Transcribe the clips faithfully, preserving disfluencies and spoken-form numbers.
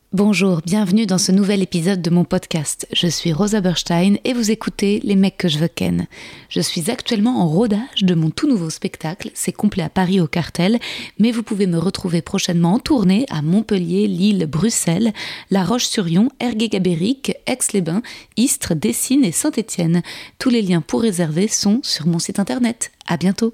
Bonjour, bienvenue dans ce nouvel épisode de mon podcast. Je suis Rosa Berstein et vous écoutez Les mecs que je veux ken. Je suis actuellement en rodage de mon tout nouveau spectacle, c'est complet à Paris au Cartel, mais vous pouvez me retrouver prochainement en tournée à Montpellier, Lille, Bruxelles, La Roche-sur-Yon, Ergué-Gabéric, Aix-les-Bains, Istres, Dessines et Saint-Étienne. Tous les liens pour réserver sont sur mon site internet. À bientôt.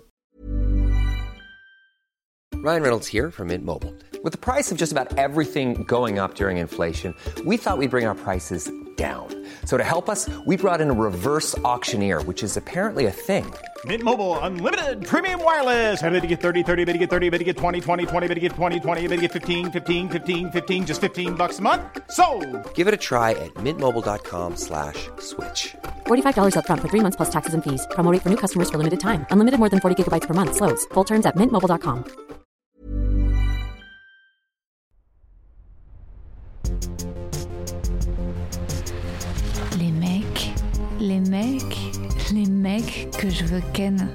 Ryan Reynolds here from Mint Mobile. With the price of just about everything going up during inflation, we thought we'd bring our prices down. So to help us, we brought in a reverse auctioneer, which is apparently a thing. Mint Mobile Unlimited Premium Wireless. How to get thirty, thirty, how to get thirty, how to get twenty, twenty, twenty, how to get twenty, twenty, how to get fifteen, fifteen, fifteen, fifteen, just fifteen bucks a month? Sold! Give it a try at mintmobile.com slash switch. forty-five dollars up front for three months plus taxes and fees. Promo rate for new customers for limited time. Unlimited more than forty gigabytes per month. Slows full terms at mint mobile dot com. Les mecs, les mecs, les mecs que je veux ken.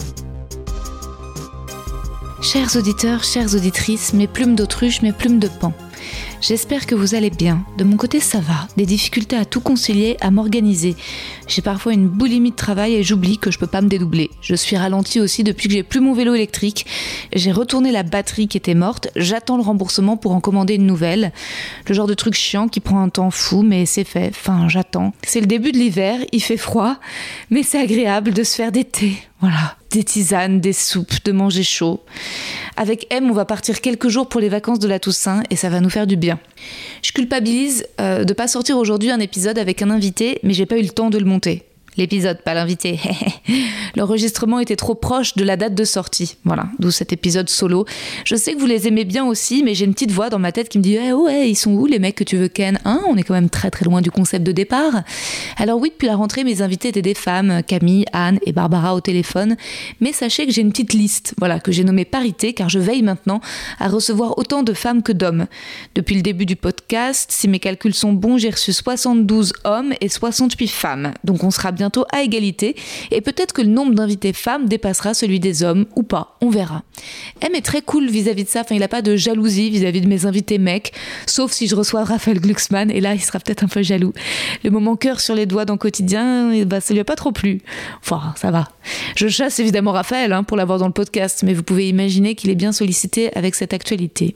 Chers auditeurs, chères auditrices, mes plumes d'autruche, mes plumes de paon. J'espère que vous allez bien. De mon côté, ça va. Des difficultés à tout concilier, à m'organiser. J'ai parfois une boulimie de travail et j'oublie que je peux pas me dédoubler. Je suis ralentie aussi depuis que j'ai plus mon vélo électrique. J'ai retourné la batterie qui était morte. J'attends le remboursement pour en commander une nouvelle. Le genre de truc chiant qui prend un temps fou, mais c'est fait. Enfin, j'attends. C'est le début de l'hiver, il fait froid, mais c'est agréable de se faire des thés. Voilà. Des tisanes, des soupes, de manger chaud. Avec M, on va partir quelques jours pour les vacances de la Toussaint et ça va nous faire du bien. Je culpabilise euh, de pas sortir aujourd'hui un épisode avec un invité, mais j'ai pas eu le temps de le monter. L'épisode, pas l'invité. L'enregistrement était trop proche de la date de sortie. Voilà, d'où cet épisode solo. Je sais que vous les aimez bien aussi, mais j'ai une petite voix dans ma tête qui me dit eh, « Ouais, ils sont où les mecs que tu veux ken hein, on est quand même très très loin du concept de départ. » Alors oui, depuis la rentrée, mes invités étaient des femmes, Camille, Anne et Barbara au téléphone. Mais sachez que j'ai une petite liste, voilà, que j'ai nommée parité, car je veille maintenant à recevoir autant de femmes que d'hommes. Depuis le début du podcast, si mes calculs sont bons, j'ai reçu soixante-douze hommes et soixante-huit femmes. Donc on sera bientôt à égalité et peut-être que le nombre d'invités femmes dépassera celui des hommes ou pas, on verra. M est très cool vis-à-vis de ça, enfin il a pas de jalousie vis-à-vis de mes invités mecs, sauf si je reçois Raphaël Glucksmann et là il sera peut-être un peu jaloux. Le moment cœur sur les doigts dans Quotidien, bah, ça lui a pas trop plu. Enfin ça va. Je chasse évidemment Raphaël hein, pour l'avoir dans le podcast, mais vous pouvez imaginer qu'il est bien sollicité avec cette actualité.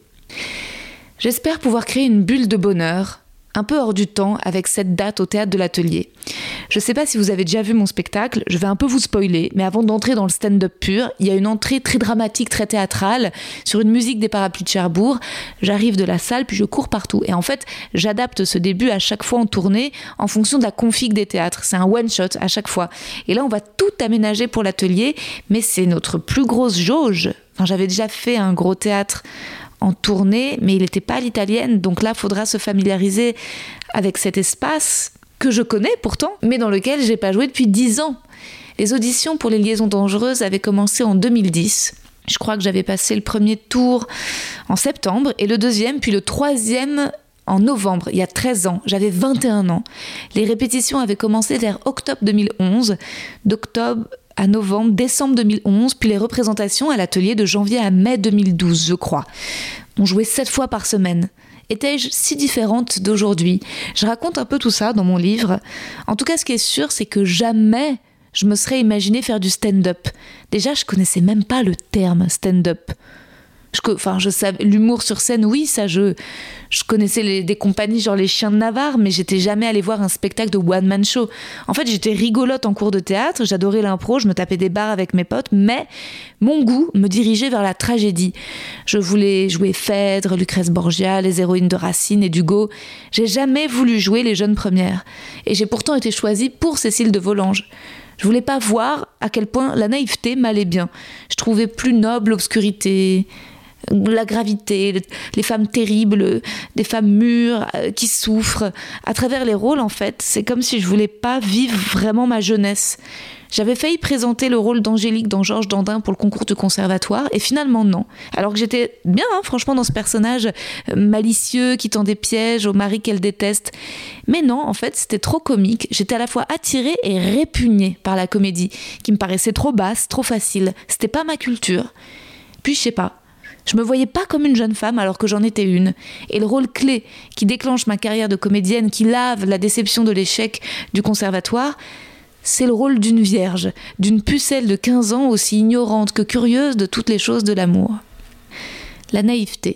J'espère pouvoir créer une bulle de bonheur un peu hors du temps avec cette date au Théâtre de l'Atelier. Je sais pas si vous avez déjà vu mon spectacle, je vais un peu vous spoiler, mais avant d'entrer dans le stand-up pur, il y a une entrée très dramatique, très théâtrale, sur une musique des Parapluies de Cherbourg. J'arrive de la salle, puis je cours partout. Et en fait, j'adapte ce début à chaque fois en tournée, en fonction de la config des théâtres. C'est un one-shot à chaque fois. Et là, on va tout aménager pour l'atelier, mais c'est notre plus grosse jauge. Enfin, j'avais déjà fait un gros théâtre en tournée, mais il n'était pas à l'italienne, donc là, il faudra se familiariser avec cet espace que je connais pourtant, mais dans lequel je n'ai pas joué depuis dix ans. Les auditions pour les Liaisons dangereuses avaient commencé en deux mille dix. Je crois que j'avais passé le premier tour en septembre, et le deuxième, puis le troisième en novembre, il y a treize ans. J'avais vingt et un ans. Les répétitions avaient commencé vers octobre deux mille onze, d'octobre à novembre, décembre deux mille onze, puis les représentations à l'atelier de janvier à mai deux mille douze, je crois. On jouait sept fois par semaine. Étais-je si différente d'aujourd'hui ? Je raconte un peu tout ça dans mon livre. En tout cas, ce qui est sûr, c'est que jamais je me serais imaginé faire du stand-up. Déjà, je connaissais même pas le terme stand-up. Je, enfin, je savais, l'humour sur scène, oui, ça, je, je connaissais les, des compagnies genre les Chiens de Navarre, mais j'étais jamais allée voir un spectacle de one-man show. En fait, j'étais rigolote en cours de théâtre, j'adorais l'impro, je me tapais des barres avec mes potes, mais mon goût me dirigeait vers la tragédie. Je voulais jouer Phèdre, Lucrèce Borgia, les héroïnes de Racine et d'Hugo. J'ai jamais voulu jouer les jeunes premières. Et j'ai pourtant été choisie pour Cécile de Volanges. Je voulais pas voir à quel point la naïveté m'allait bien. Je trouvais plus noble l'obscurité, la gravité, les femmes terribles, des femmes mûres euh, qui souffrent. À travers les rôles, en fait, c'est comme si je voulais pas vivre vraiment ma jeunesse. J'avais failli présenter le rôle d'Angélique dans Georges Dandin pour le concours du conservatoire, et finalement non. Alors que j'étais bien, hein, franchement, dans ce personnage malicieux qui tend des pièges au mari qu'elle déteste. Mais non, en fait, c'était trop comique. J'étais à la fois attirée et répugnée par la comédie, qui me paraissait trop basse, trop facile. C'était pas ma culture. Puis, je sais pas, Je me voyais pas comme une jeune femme alors que j'en étais une. Et le rôle clé qui déclenche ma carrière de comédienne, qui lave la déception de l'échec du conservatoire, c'est le rôle d'une vierge, d'une pucelle de quinze ans aussi ignorante que curieuse de toutes les choses de l'amour. La naïveté.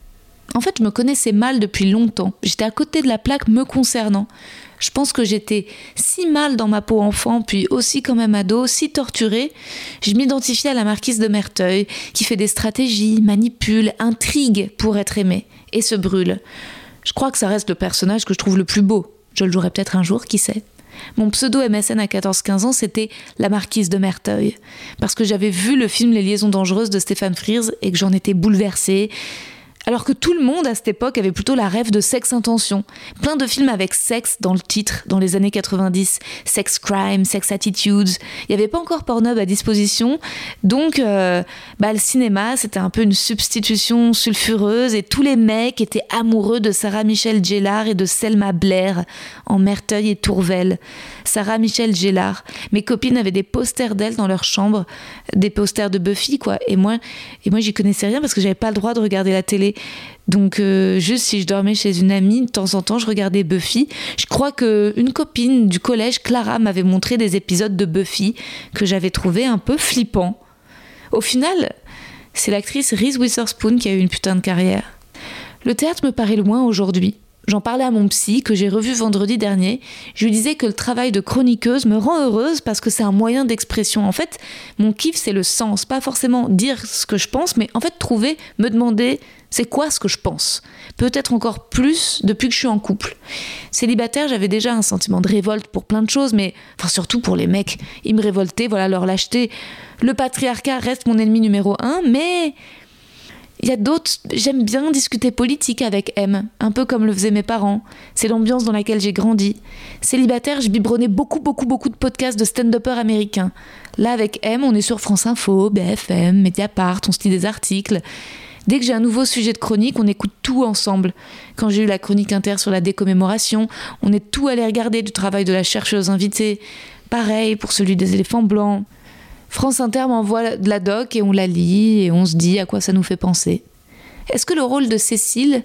En fait, je me connaissais mal depuis longtemps. J'étais à côté de la plaque me concernant. Je pense que j'étais si mal dans ma peau enfant, puis aussi quand même ado, si torturée. Je m'identifiais à la marquise de Merteuil, qui fait des stratégies, manipule, intrigue pour être aimée, et se brûle. Je crois que ça reste le personnage que je trouve le plus beau. Je le jouerai peut-être un jour, qui sait. Mon pseudo M S N à quatorze quinze ans, c'était la marquise de Merteuil, parce que j'avais vu le film Les Liaisons dangereuses de Stéphane Frears et que j'en étais bouleversée. Alors que tout le monde, à cette époque, avait plutôt la rêve de Sex Intention. Plein de films avec sexe dans le titre, dans les années quatre-vingt-dix. Sex Crime, Sex Attitudes. Il n'y avait pas encore Pornhub à disposition. Donc, euh, bah, le cinéma, c'était un peu une substitution sulfureuse. Et tous les mecs étaient amoureux de Sarah Michelle Gellar et de Selma Blair, en Merteuil et Tourvel. Sarah Michelle Gellar. Mes copines avaient des posters d'elle dans leur chambre. Des posters de Buffy, quoi. Et moi, et moi j'y connaissais rien parce que j'avais pas le droit de regarder la télé. Donc euh, juste si je dormais chez une amie, de temps en temps je regardais Buffy. Je crois qu'une copine du collège, Clara, m'avait montré des épisodes de Buffy que j'avais trouvé un peu flippants. Au final, c'est l'actrice Reese Witherspoon qui a eu une putain de carrière. Le théâtre me paraît loin aujourd'hui. J'en parlais à mon psy, que j'ai revu vendredi dernier. Je lui disais que le travail de chroniqueuse me rend heureuse parce que c'est un moyen d'expression. En fait, mon kiff, c'est le sens. Pas forcément dire ce que je pense, mais en fait, trouver, me demander, c'est quoi ce que je pense ? Peut-être encore plus depuis que je suis en couple. Célibataire, j'avais déjà un sentiment de révolte pour plein de choses, mais enfin, surtout pour les mecs. Ils me révoltaient, voilà, leur lâcheté. Le patriarcat reste mon ennemi numéro un, mais... Il y a d'autres, j'aime bien discuter politique avec M, un peu comme le faisaient mes parents. C'est l'ambiance dans laquelle j'ai grandi. Célibataire, je biberonnais beaucoup, beaucoup, beaucoup de podcasts de stand-uppers américains. Là, avec M, on est sur France Info, B F M, Mediapart, on se lit des articles. Dès que j'ai un nouveau sujet de chronique, on écoute tout ensemble. Quand j'ai eu la chronique inter sur la décommémoration, on est tout allé regarder du travail de la chercheuse invitée. Pareil pour celui des éléphants blancs. France Inter m'envoie de la doc et on la lit et on se dit à quoi ça nous fait penser. Est-ce que le rôle de Cécile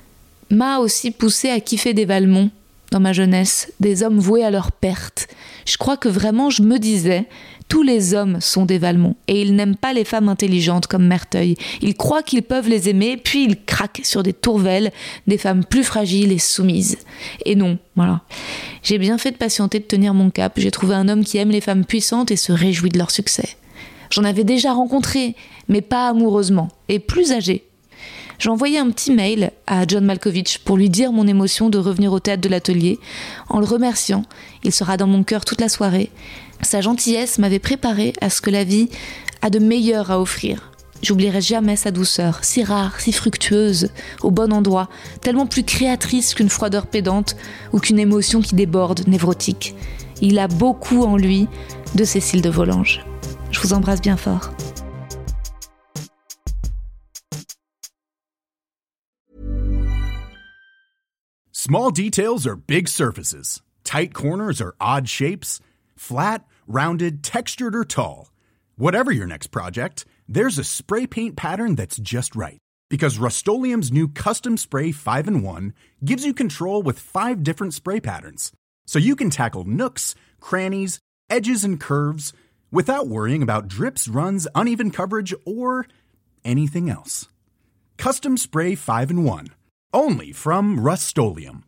m'a aussi poussé à kiffer des Valmont dans ma jeunesse, des hommes voués à leur perte ? Je crois que vraiment je me disais, tous les hommes sont des Valmont et ils n'aiment pas les femmes intelligentes comme Merteuil. Ils croient qu'ils peuvent les aimer, puis ils craquent sur des Tourvel, des femmes plus fragiles et soumises. Et non, voilà. J'ai bien fait de patienter, de tenir mon cap. J'ai trouvé un homme qui aime les femmes puissantes et se réjouit de leur succès. J'en avais déjà rencontré, mais pas amoureusement, et plus âgé. J'ai envoyé un petit mail à John Malkovich pour lui dire mon émotion de revenir au théâtre de l'atelier. En le remerciant, il sera dans mon cœur toute la soirée. Sa gentillesse m'avait préparé à ce que la vie a de meilleur à offrir. J'oublierai jamais sa douceur, si rare, si fructueuse, au bon endroit, tellement plus créatrice qu'une froideur pédante ou qu'une émotion qui déborde, névrotique. Il a beaucoup en lui de Cécile de Volanges. Je vous embrasse bien fort. Small details are big surfaces. Tight corners are odd shapes. Flat, rounded, textured, or tall. Whatever your next project, there's a spray paint pattern that's just right. Because Rust-Oleum's new Custom Spray five in one gives you control with five different spray patterns. So you can tackle nooks, crannies, edges, and curves without worrying about drips, runs, uneven coverage, or anything else. Custom Spray five in one. Only from Rust-Oleum.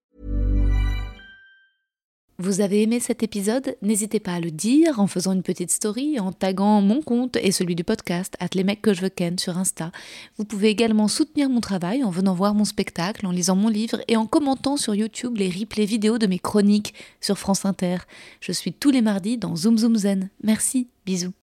Vous avez aimé cet épisode ? N'hésitez pas à le dire en faisant une petite story, en taguant mon compte et celui du podcast, at les mecs que je veux ken sur Insta. Vous pouvez également soutenir mon travail en venant voir mon spectacle, en lisant mon livre et en commentant sur YouTube les replays vidéo de mes chroniques sur France Inter. Je suis tous les mardis dans Zoom Zoom Zen. Merci, bisous.